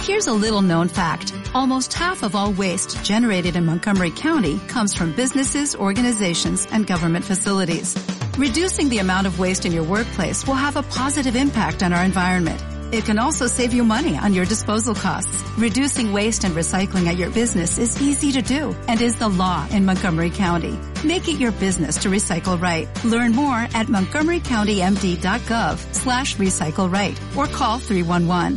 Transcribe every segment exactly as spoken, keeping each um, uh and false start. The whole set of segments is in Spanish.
Here's a little known fact. Almost half of all waste generated in Montgomery County comes from businesses, organizations, and government facilities. Reducing the amount of waste in your workplace will have a positive impact on our environment. It can also save you money on your disposal costs. Reducing waste and recycling at your business is easy to do and is the law in Montgomery County. Make it your business to recycle right. Learn more at montgomery county m d dot gov slash recycle right or call three one one.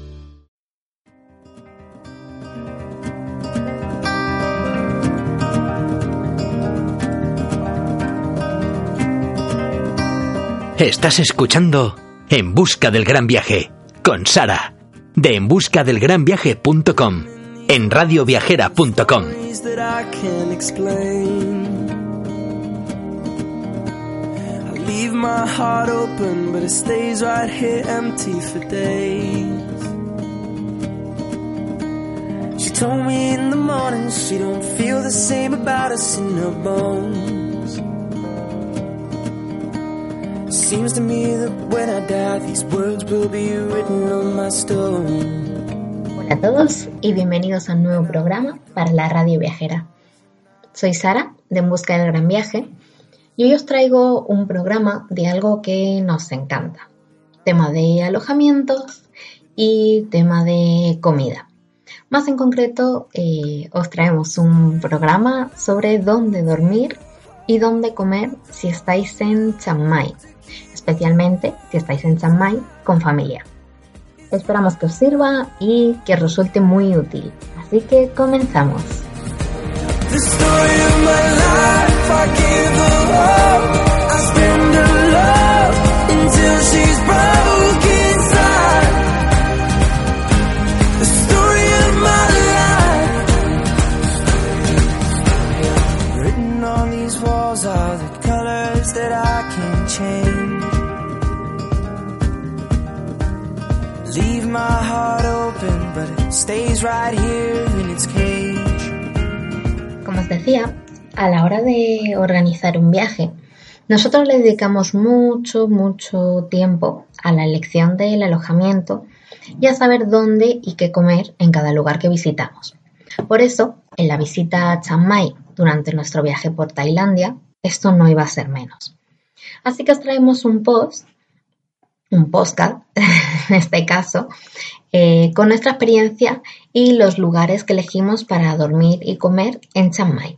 Estás escuchando En Busca del Gran Viaje con Sara, de en busca del gran viaje punto com, en radio viajera punto com. Leave my heart open, but it stays right here empty for days. She told me in the morning she don't feel the same about us in her bones. Seems to me that when I die these words will be written on my stone. Hola a todos y bienvenidos a un nuevo programa para la radio viajera. Soy Sara, de En Busca del Gran Viaje, y hoy os traigo un programa de algo que nos encanta. Tema de alojamientos y tema de comida. Más en concreto, eh, os traemos un programa sobre dónde dormir y dónde comer si estáis en Chiang Mai, especialmente si estáis en Chiang Mai con familia. Esperamos que os sirva y que os resulte muy útil. Así que comenzamos. The story of my life, I give her up, I spend her love until she's broke inside. The story of my life, written on these walls are the colors that I can't change. Leave my heart open, but it stays right here in its cage. Como os decía, a la hora de organizar un viaje, nosotros le dedicamos mucho, mucho tiempo a la elección del alojamiento y a saber dónde y qué comer en cada lugar que visitamos. Por eso, en la visita a Chiang Mai durante nuestro viaje por Tailandia, esto no iba a ser menos. Así que os traemos un post, un podcast, en este caso, eh, con nuestra experiencia y los lugares que elegimos para dormir y comer en Chiang Mai.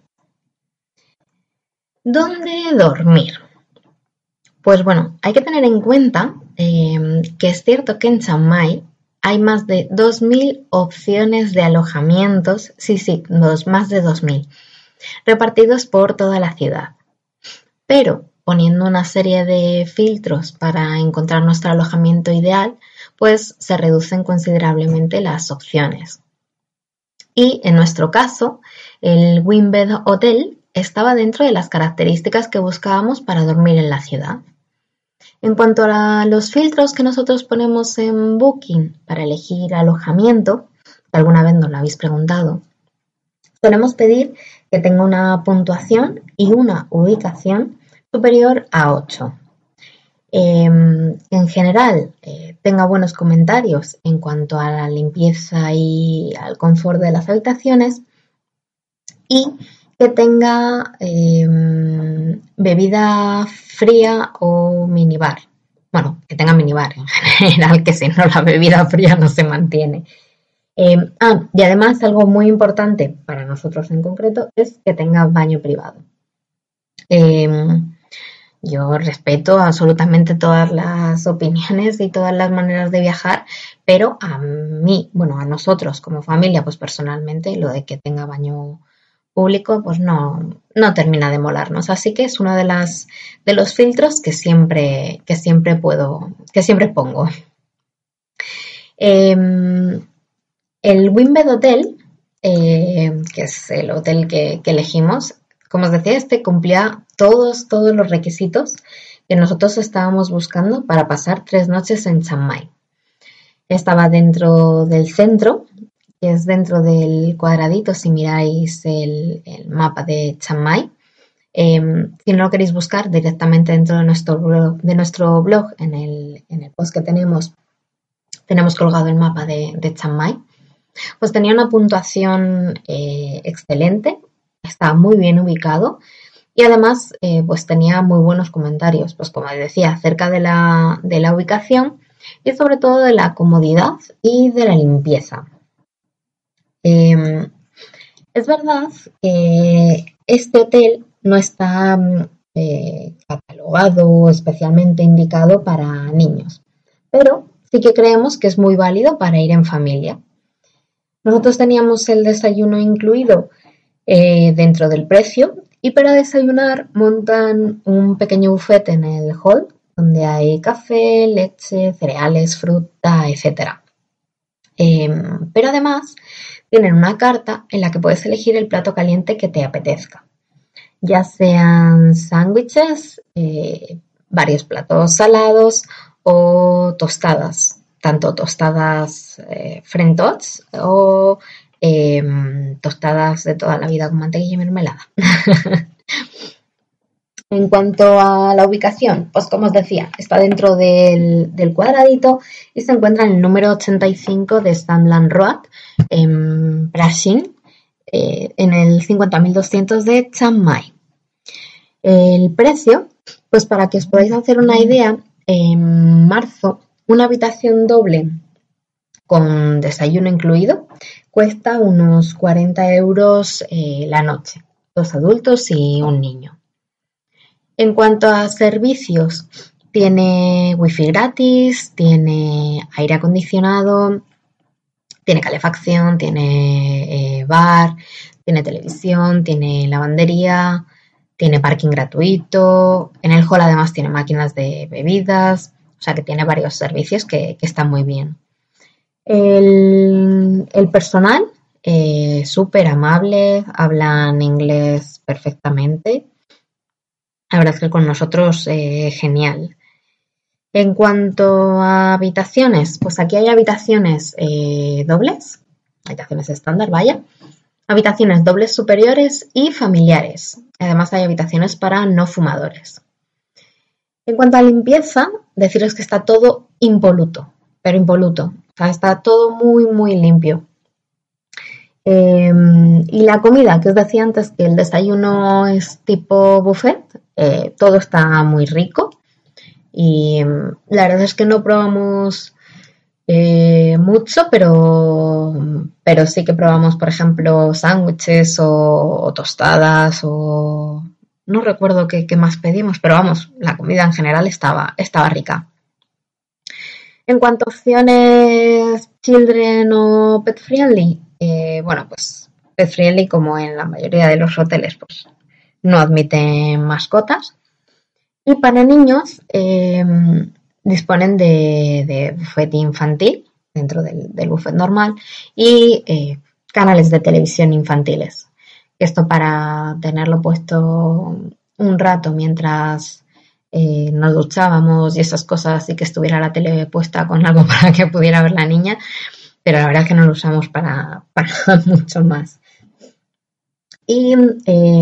¿Dónde dormir? Pues bueno, hay que tener en cuenta eh, que es cierto que en Chiang Mai hay más de dos mil opciones de alojamientos, sí, sí, dos, más de dos mil, repartidos por toda la ciudad. Pero poniendo una serie de filtros para encontrar nuestro alojamiento ideal, pues se reducen considerablemente las opciones. Y en nuestro caso, el Wimbed Hotel estaba dentro de las características que buscábamos para dormir en la ciudad. En cuanto a los filtros que nosotros ponemos en Booking para elegir alojamiento, que alguna vez nos lo habéis preguntado, solemos pedir que tenga una puntuación y una ubicación superior a ocho. Eh, en general, eh, tenga buenos comentarios en cuanto a la limpieza y al confort de las habitaciones y que tenga eh, bebida fría o minibar. Bueno, que tenga minibar en general, que si no la bebida fría no se mantiene. Eh, ah, y además algo muy importante para nosotros en concreto es que tenga baño privado. Eh, Yo respeto absolutamente todas las opiniones y todas las maneras de viajar, pero a mí, bueno, a nosotros como familia, pues personalmente, lo de que tenga baño público, pues no, no termina de molarnos. Así que es uno de las de los filtros que siempre, que siempre puedo, que siempre pongo. Eh, el Wimbed Hotel, eh, que es el hotel que, que elegimos, como os decía, este cumplía todos, todos los requisitos que nosotros estábamos buscando para pasar tres noches en Chiang Mai. Estaba dentro del centro, que es dentro del cuadradito, si miráis el, el mapa de Chiang Mai. Eh, si no lo queréis buscar directamente dentro de nuestro blog, de nuestro blog en, el, en el post que tenemos, tenemos colgado el mapa de, de Chiang Mai. pues tenía una puntuación eh, excelente, estaba muy bien ubicado y además eh, pues tenía muy buenos comentarios, pues como decía, acerca de la, de la ubicación y sobre todo de la comodidad y de la limpieza. Eh, es verdad que este hotel no está eh, catalogado o especialmente indicado para niños, pero sí que creemos que es muy válido para ir en familia. Nosotros teníamos el desayuno incluido eh, dentro del precio y para desayunar montan un pequeño buffet en el hall donde hay café, leche, cereales, fruta, etcétera. Eh, pero además tienen una carta en la que puedes elegir el plato caliente que te apetezca, ya sean sándwiches, eh, varios platos salados o tostadas, tanto tostadas eh, French toast o eh, tostadas de toda la vida con mantequilla y mermelada. En cuanto a la ubicación, pues como os decía, está dentro del, del cuadradito y se encuentra en el número ochenta y cinco de Sandland Road en Prasin, eh, en el cincuenta mil doscientos de Chiang Mai. El precio, pues para que os podáis hacer una idea, en marzo una habitación doble con desayuno incluido cuesta unos cuarenta euros eh, la noche, dos adultos y un niño. En cuanto a servicios, tiene wifi gratis, tiene aire acondicionado, tiene calefacción, tiene eh, bar, tiene televisión, tiene lavandería, tiene parking gratuito. En el hall además tiene máquinas de bebidas, o sea que tiene varios servicios que, que están muy bien. El, el personal, eh, súper amable, hablan inglés perfectamente. La verdad es que con nosotros eh, genial. En cuanto a habitaciones, pues aquí hay habitaciones eh, dobles, habitaciones estándar, vaya, habitaciones dobles superiores y familiares. Además hay habitaciones para no fumadores. En cuanto a limpieza, deciros que está todo impoluto, pero impoluto. O sea, está todo muy, muy limpio. Eh, y la comida, que os decía antes que el desayuno es tipo buffet, eh, todo está muy rico y la verdad es que no probamos eh, mucho, pero, pero sí que probamos, por ejemplo, sándwiches o, o tostadas o no recuerdo qué, qué más pedimos, pero vamos, la comida en general estaba, estaba rica. En cuanto a opciones children o pet friendly, Eh, bueno, pues pet friendly, como en la mayoría de los hoteles, pues no admiten mascotas. Y para niños eh, disponen de, de buffet infantil dentro del, del buffet normal y eh, canales de televisión infantiles. Esto para tenerlo puesto un rato mientras eh, nos duchábamos y esas cosas, y que estuviera la tele puesta con algo para que pudiera ver la niña. Pero la verdad es que no lo usamos para, para mucho más. Y eh,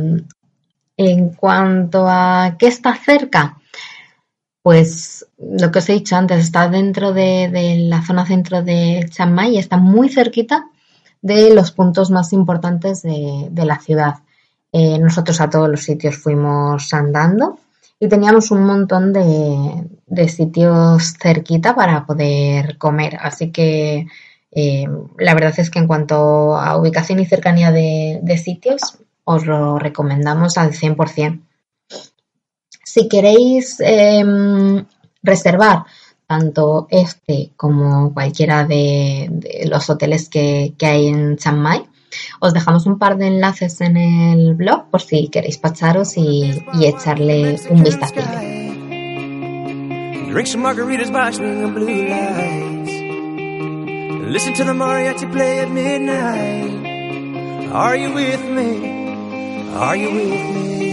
en cuanto a qué está cerca, pues lo que os he dicho antes, está dentro de, de la zona centro de Chiang Mai y está muy cerquita de los puntos más importantes de, de la ciudad. Eh, nosotros a todos los sitios fuimos andando y teníamos un montón de, de sitios cerquita para poder comer. Así que eh, la verdad es que en cuanto a ubicación y cercanía de, de sitios, os lo recomendamos al cien por ciento. Si queréis eh, reservar tanto este como cualquiera de, de los hoteles que, que hay en Chiang Mai, os dejamos un par de enlaces en el blog por si queréis pasaros y, y echarle un vistazo. Drink some margaritas watching the blue lights. Listen to the mariachi play at midnight. Are you with me? Are you with me?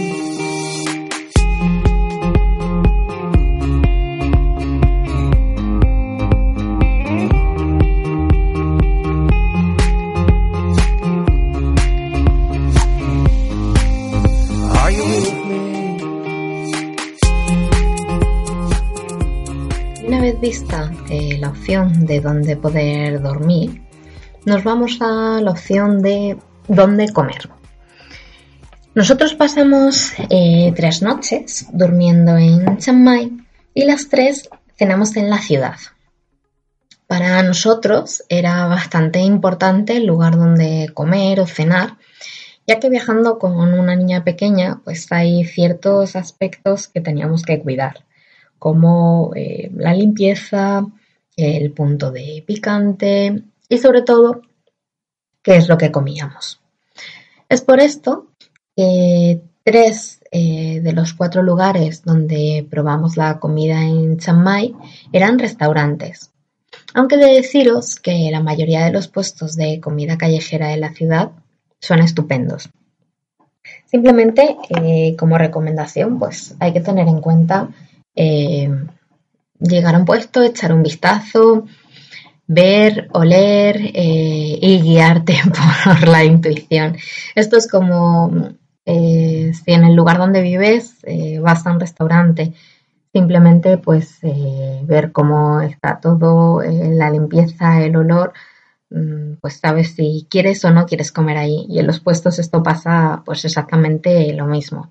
Vista eh, la opción de dónde poder dormir, nos vamos a la opción de dónde comer. Nosotros pasamos eh, tres noches durmiendo en Chiang Mai y las tres cenamos en la ciudad. Para nosotros era bastante importante el lugar donde comer o cenar, ya que viajando con una niña pequeña, pues hay ciertos aspectos que teníamos que cuidar, como eh, la limpieza, el punto de picante y sobre todo, qué es lo que comíamos. Es por esto que tres eh, de los cuatro lugares donde probamos la comida en Chiang Mai eran restaurantes. Aunque he de deciros que la mayoría de los puestos de comida callejera de la ciudad son estupendos. Simplemente, eh, como recomendación, pues hay que tener en cuenta eh, llegar a un puesto, echar un vistazo, ver, oler eh, y guiarte por la intuición. Esto es como eh, si en el lugar donde vives eh, vas a un restaurante. Simplemente pues eh, ver cómo está todo, eh, la limpieza, el olor, pues sabes si quieres o no quieres comer ahí. Y en los puestos esto pasa pues exactamente lo mismo.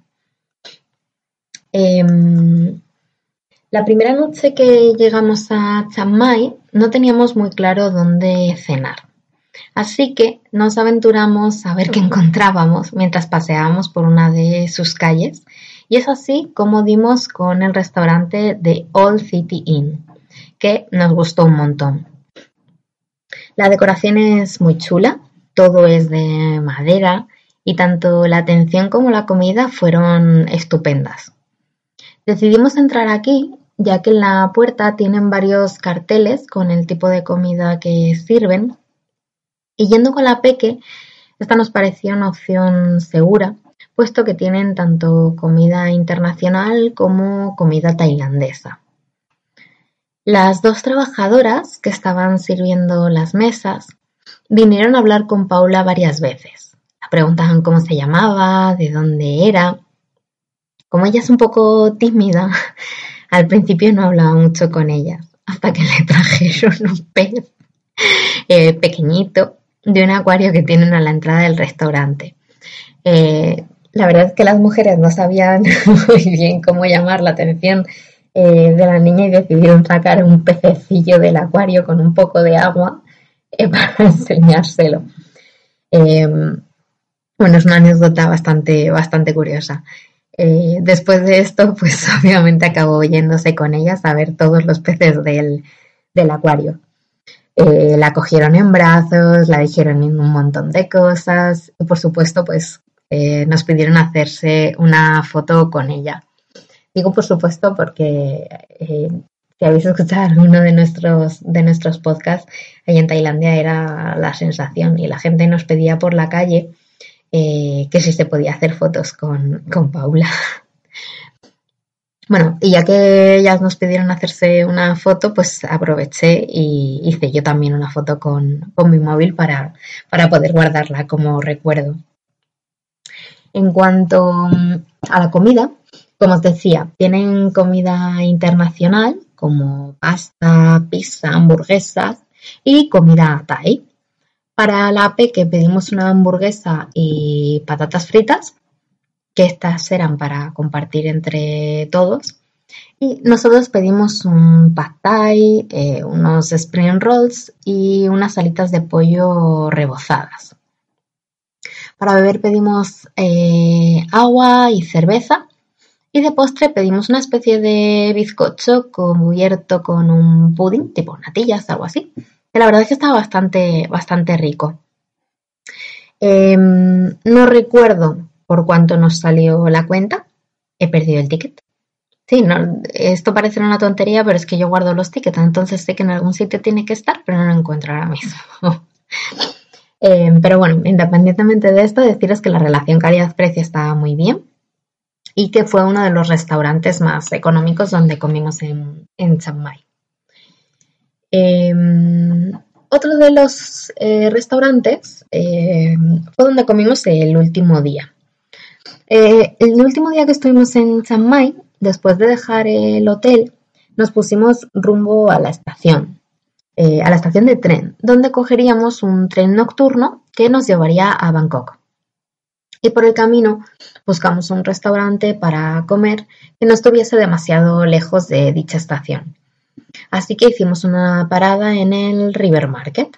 Eh, la primera noche que llegamos a Chiang Mai no teníamos muy claro dónde cenar. Así que nos aventuramos a ver qué encontrábamos mientras paseábamos por una de sus calles. Y es así como dimos con el restaurante de Old City Inn, que nos gustó un montón. La decoración es muy chula, todo es de madera y tanto la atención como la comida fueron estupendas. Decidimos entrar aquí, ya que en la puerta tienen varios carteles con el tipo de comida que sirven. Y yendo con la peque, esta nos pareció una opción segura, puesto que tienen tanto comida internacional como comida tailandesa. Las dos trabajadoras que estaban sirviendo las mesas vinieron a hablar con Paula varias veces. La preguntaban cómo se llamaba, de dónde era. Como ella es un poco tímida, al principio no hablaba mucho con ella, hasta que le trajeron un pez eh, pequeñito de un acuario que tienen a la entrada del restaurante. Eh, La verdad es que las mujeres no sabían muy bien cómo llamar la atención eh, de la niña y decidieron sacar un pececillo del acuario con un poco de agua eh, para enseñárselo. Eh, bueno, es una anécdota bastante, bastante curiosa. Eh, después de esto, pues obviamente acabó yéndose con ellas a ver todos los peces del, del acuario. Eh, la cogieron en brazos, la dijeron un montón de cosas y por supuesto, pues Eh, nos pidieron hacerse una foto con ella. Digo por supuesto porque eh, si habéis escuchado alguno de nuestros, de nuestros podcasts, ahí en Tailandia era la sensación y la gente nos pedía por la calle eh, que si se podía hacer fotos con, con Paula. Bueno, y ya que ellas nos pidieron hacerse una foto, pues aproveché y hice yo también una foto con, con mi móvil para, para poder guardarla como recuerdo. En cuanto a la comida, como os decía, tienen comida internacional como pasta, pizza, hamburguesas y comida thai. Para la peque pedimos una hamburguesa y patatas fritas, que estas eran para compartir entre todos. Y nosotros pedimos un pad thai, eh, unos spring rolls y unas alitas de pollo rebozadas. Para beber pedimos eh, agua y cerveza y de postre pedimos una especie de bizcocho cubierto con un pudding, tipo natillas, algo así, que la verdad es que estaba bastante, bastante rico. Eh, no recuerdo por cuánto nos salió la cuenta, he perdido el ticket. Sí, no, esto parece una tontería, pero es que yo guardo los tickets, entonces sé que en algún sitio tiene que estar, pero no lo encuentro ahora mismo. Eh, pero bueno, independientemente de esto, deciros que la relación calidad-precio estaba muy bien y que fue uno de los restaurantes más económicos donde comimos en, en Chiang Mai. Eh, otro de los eh, restaurantes eh, fue donde comimos el último día. Eh, el último día que estuvimos en Chiang Mai, después de dejar el hotel, nos pusimos rumbo a la estación. eh, a la estación de tren, donde cogeríamos un tren nocturno que nos llevaría a Bangkok. Y por el camino buscamos un restaurante para comer que no estuviese demasiado lejos de dicha estación. Así que hicimos una parada en el River Market.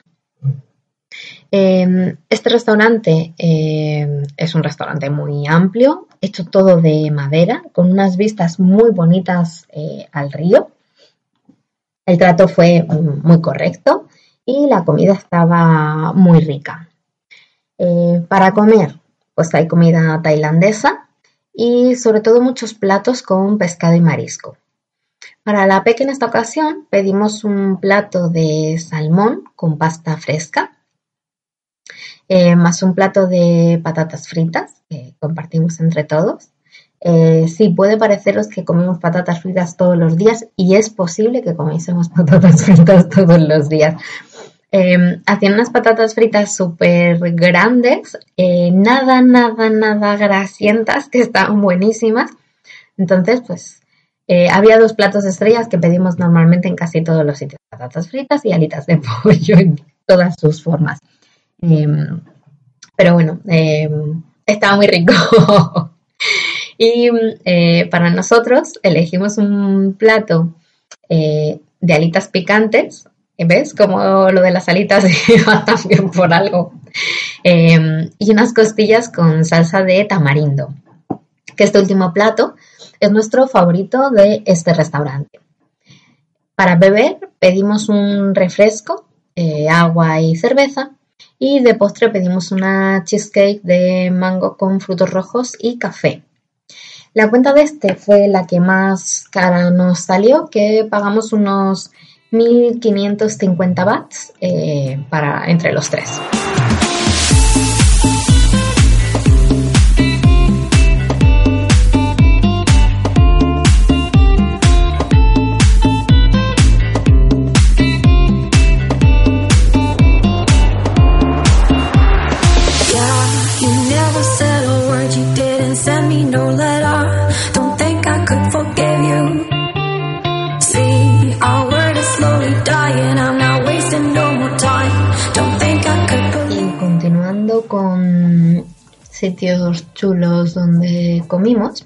Eh, este restaurante eh, es un restaurante muy amplio, hecho todo de madera, con unas vistas muy bonitas eh, al río. El trato fue muy correcto y la comida estaba muy rica. Eh, para comer, pues hay comida tailandesa y sobre todo muchos platos con pescado y marisco. Para la peque en esta ocasión pedimos un plato de salmón con pasta fresca, eh, más un plato de patatas fritas que compartimos entre todos. Eh, sí, puede pareceros que comemos patatas fritas todos los días y es posible que comiésemos patatas fritas todos los días. Eh, hacían unas patatas fritas súper grandes, eh, nada, nada, nada grasientas, que estaban buenísimas. Entonces, pues, eh, había dos platos estrellas que pedimos normalmente en casi todos los sitios. Patatas fritas y alitas de pollo en todas sus formas. Eh, pero bueno, eh, estaba muy rico. Y eh, para nosotros elegimos un plato eh, de alitas picantes. ¿Ves? Como lo de las alitas iba también por algo. Eh, y unas costillas con salsa de tamarindo. Que este último plato es nuestro favorito de este restaurante. Para beber pedimos un refresco, eh, agua y cerveza. Y de postre pedimos una cheesecake de mango con frutos rojos y café. La cuenta de este fue la que más cara nos salió, que pagamos unos mil quinientos cincuenta bahts eh, para, entre los tres. Con sitios chulos donde comimos,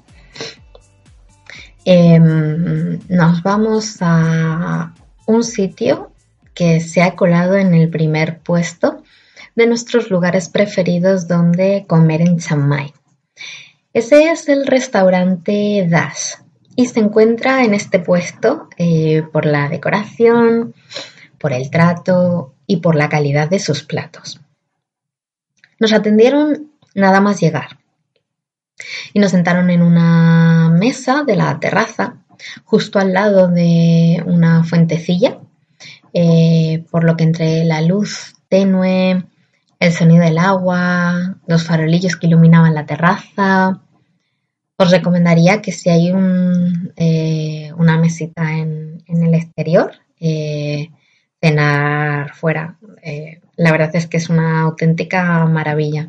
eh, nos vamos a un sitio que se ha colado en el primer puesto de nuestros lugares preferidos donde comer en Chiang Mai. Ese es el restaurante Dash y se encuentra en este puesto eh, por la decoración, por el trato y por la calidad de sus platos. Nos atendieron nada más llegar y nos sentaron en una mesa de la terraza, justo al lado de una fuentecilla, eh, por lo que entre la luz tenue, el sonido del agua, los farolillos que iluminaban la terraza, os recomendaría que si hay un, eh, una mesita en, en el exterior, eh, cenar fuera. Eh, la verdad es que es una auténtica maravilla.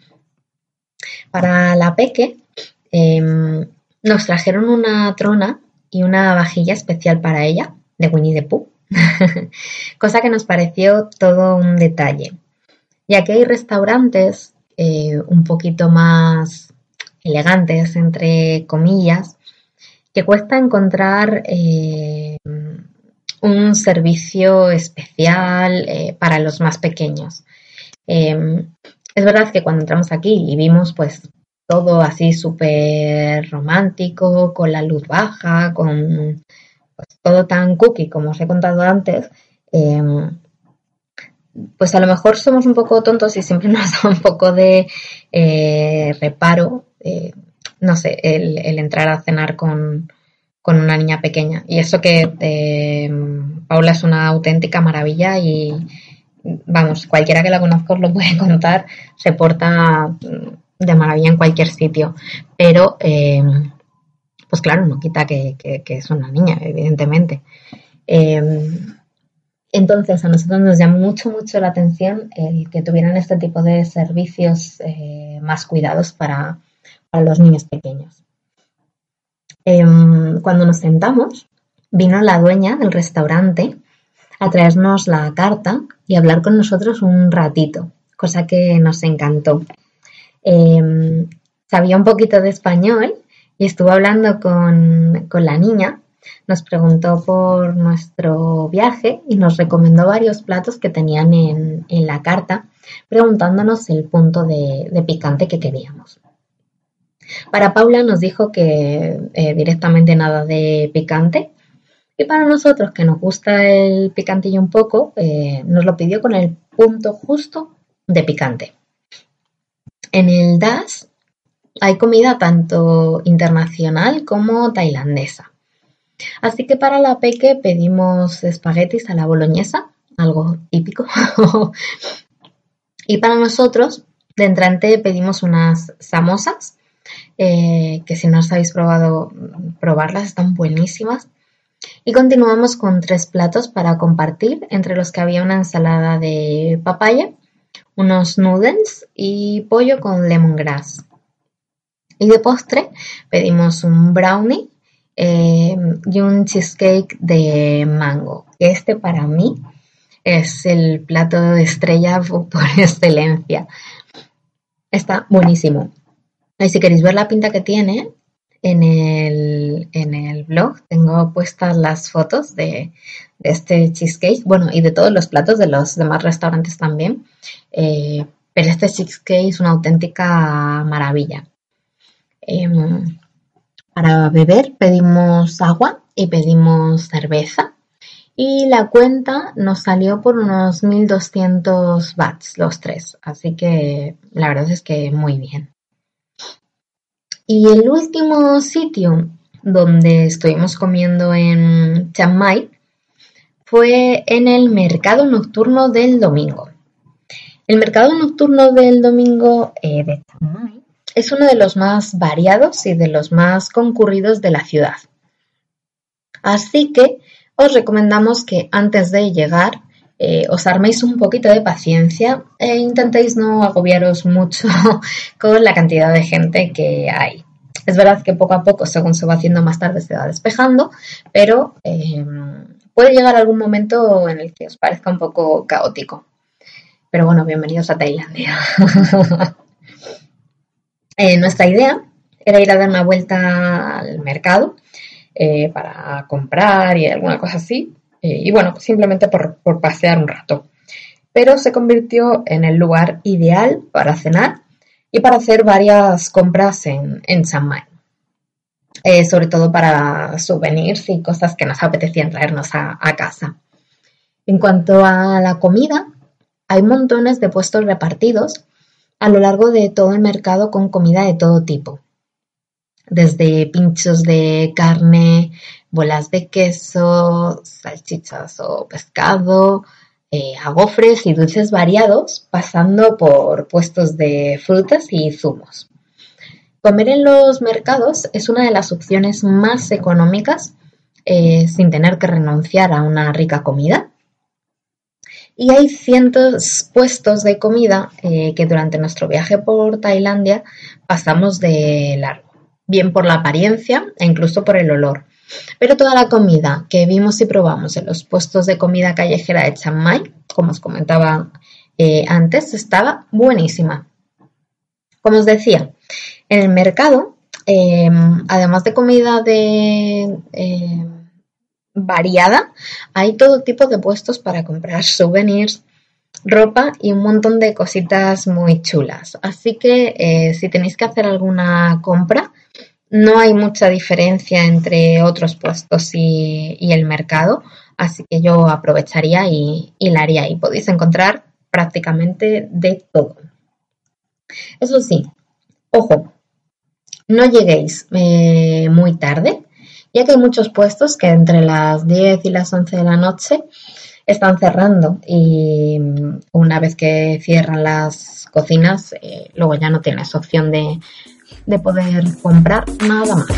Para la peque eh, nos trajeron una trona y una vajilla especial para ella, de Winnie the Pooh, cosa que nos pareció todo un detalle, ya que hay restaurantes eh, un poquito más elegantes, entre comillas, que cuesta encontrar eh, un servicio especial eh, para los más pequeños. Eh, es verdad que cuando entramos aquí y vimos pues todo así súper romántico, con la luz baja, con pues, todo tan cookie como os he contado antes, eh, pues a lo mejor somos un poco tontos y siempre nos da un poco de eh, reparo, eh, no sé, el, el entrar a cenar con con una niña pequeña. Y eso que eh, Paula es una auténtica maravilla y, vamos, cualquiera que la conozca os lo puede contar, se porta de maravilla en cualquier sitio. Pero, eh, pues claro, no quita que, que, que es una niña, evidentemente. Eh, entonces, a nosotros nos llamó mucho, mucho la atención el que tuvieran este tipo de servicios eh, más cuidados para, para los niños pequeños. Eh, cuando nos sentamos, vino la dueña del restaurante a traernos la carta y hablar con nosotros un ratito, cosa que nos encantó. Eh, sabía un poquito de español y estuvo hablando con, con la niña, nos preguntó por nuestro viaje y nos recomendó varios platos que tenían en, en la carta, preguntándonos el punto de, de picante que queríamos. Para Paula nos dijo que eh, directamente nada de picante, y para nosotros, que nos gusta el picantillo un poco, eh, nos lo pidió con el punto justo de picante. En el D A S hay comida tanto internacional como tailandesa. Así que para la peque pedimos espaguetis a la boloñesa, algo típico. Y para nosotros, de entrante, pedimos unas samosas, eh, que si no os habéis probado, probarlas, están buenísimas. Y continuamos con tres platos para compartir, entre los que había una ensalada de papaya, unos noodles y pollo con lemongrass. Y de postre pedimos un brownie eh, y un cheesecake de mango. Este para mí es el plato de estrella por excelencia. Está buenísimo. Y si queréis ver la pinta que tiene, en el, en el blog tengo puestas las fotos de, de este cheesecake, bueno, y de todos los platos de los demás restaurantes también. Eh, pero este cheesecake es una auténtica maravilla. Eh, para beber pedimos agua y pedimos cerveza. Y la cuenta nos salió por unos mil doscientos bahts los tres. Así que la verdad es que muy bien. Y el último sitio donde estuvimos comiendo en Chiang Mai fue en el mercado nocturno del domingo. El mercado nocturno del domingo eh, de Chiang Mai es uno de los más variados y de los más concurridos de la ciudad. Así que os recomendamos que antes de llegar eh, os arméis un poquito de paciencia e intentéis no agobiaros mucho con la cantidad de gente que hay. Es verdad que poco a poco, según se va haciendo más tarde, se va despejando, pero eh, puede llegar algún momento en el que os parezca un poco caótico. Pero bueno, bienvenidos a Tailandia. eh, nuestra idea era ir a dar una vuelta al mercado eh, para comprar y alguna cosa así. Eh, y bueno, pues simplemente por, por pasear un rato. Pero se convirtió en el lugar ideal para cenar y para hacer varias compras en, en Chiang Mai. Eh, sobre todo para souvenirs y cosas que nos apetecían traernos a, a casa. En cuanto a la comida, hay montones de puestos repartidos a lo largo de todo el mercado con comida de todo tipo. Desde pinchos de carne, bolas de queso, salchichas o pescado, eh, a gofres y dulces variados, pasando por puestos de frutas y zumos. Comer en los mercados es una de las opciones más económicas, eh, sin tener que renunciar a una rica comida. Y hay cientos puestos de comida eh, que durante nuestro viaje por Tailandia pasamos de largo, bien por la apariencia e incluso por el olor. Pero toda la comida que vimos y probamos en los puestos de comida callejera de Chiang Mai, como os comentaba eh, antes, estaba buenísima. Como os decía, en el mercado, eh, además de comida de, eh, variada, hay todo tipo de puestos para comprar souvenirs, ropa y un montón de cositas muy chulas. Así que eh, si tenéis que hacer alguna compra, no hay mucha diferencia entre otros puestos y, y el mercado, así que yo aprovecharía y, y la haría. Y podéis encontrar prácticamente de todo. Eso sí, ojo, no lleguéis eh, muy tarde, ya que hay muchos puestos que entre las diez y las once de la noche están cerrando y una vez que cierran las cocinas, eh, luego ya no tienes opción de de poder comprar nada más.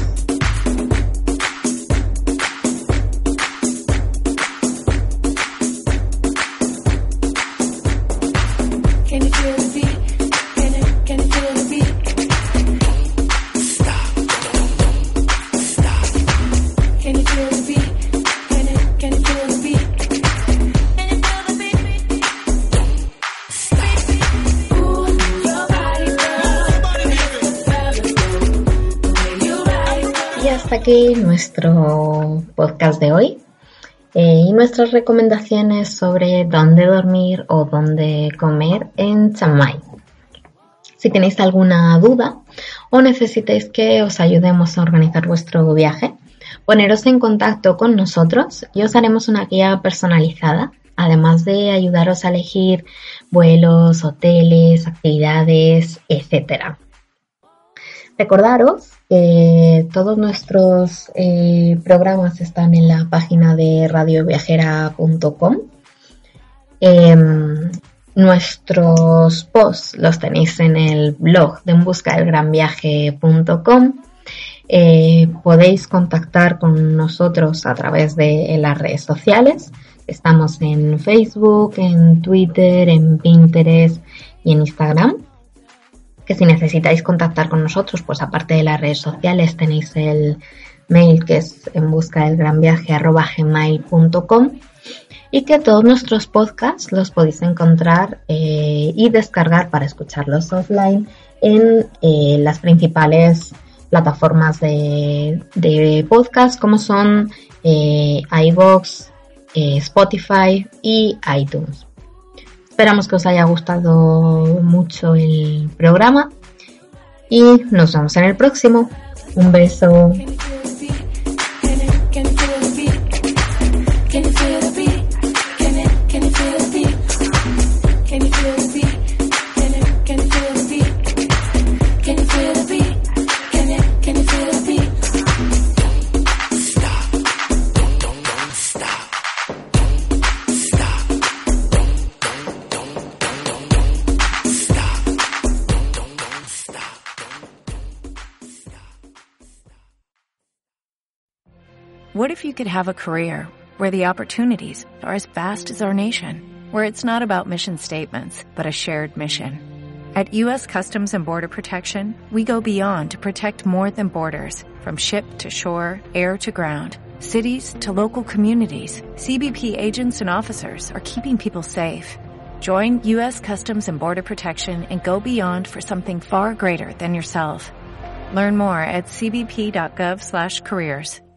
hasta aquí nuestro podcast de hoy eh, y nuestras recomendaciones sobre dónde dormir o dónde comer en Chiang Mai. Si tenéis alguna duda o necesitáis que os ayudemos a organizar vuestro viaje, poneros en contacto con nosotros y os haremos una guía personalizada, además de ayudaros a elegir vuelos, hoteles, actividades, etcétera. Recordaros que todos nuestros eh, programas están en la página de radio viajera punto com. Eh, nuestros posts los tenéis en el blog de en busca del gran viaje punto com. Eh, podéis contactar con nosotros a través de las redes sociales. Estamos en Facebook, en Twitter, en Pinterest y en Instagram. Que si necesitáis contactar con nosotros, pues aparte de las redes sociales tenéis el mail que es en busca del gran viaje arroba gmail punto com y que todos nuestros podcasts los podéis encontrar eh, y descargar para escucharlos offline en eh, las principales plataformas de, de podcast como son eh, iVoox, eh, Spotify y iTunes. Esperamos que os haya gustado mucho el programa y nos vemos en el próximo. Un beso. What if you could have a career where the opportunities are as vast as our nation, where it's not about mission statements, but a shared mission? At U S Customs and Border Protection, we go beyond to protect more than borders, from ship to shore, air to ground, cities to local communities. C B P agents and officers are keeping people safe. Join U S Customs and Border Protection and go beyond for something far greater than yourself. Learn more at c b p dot gov slash careers.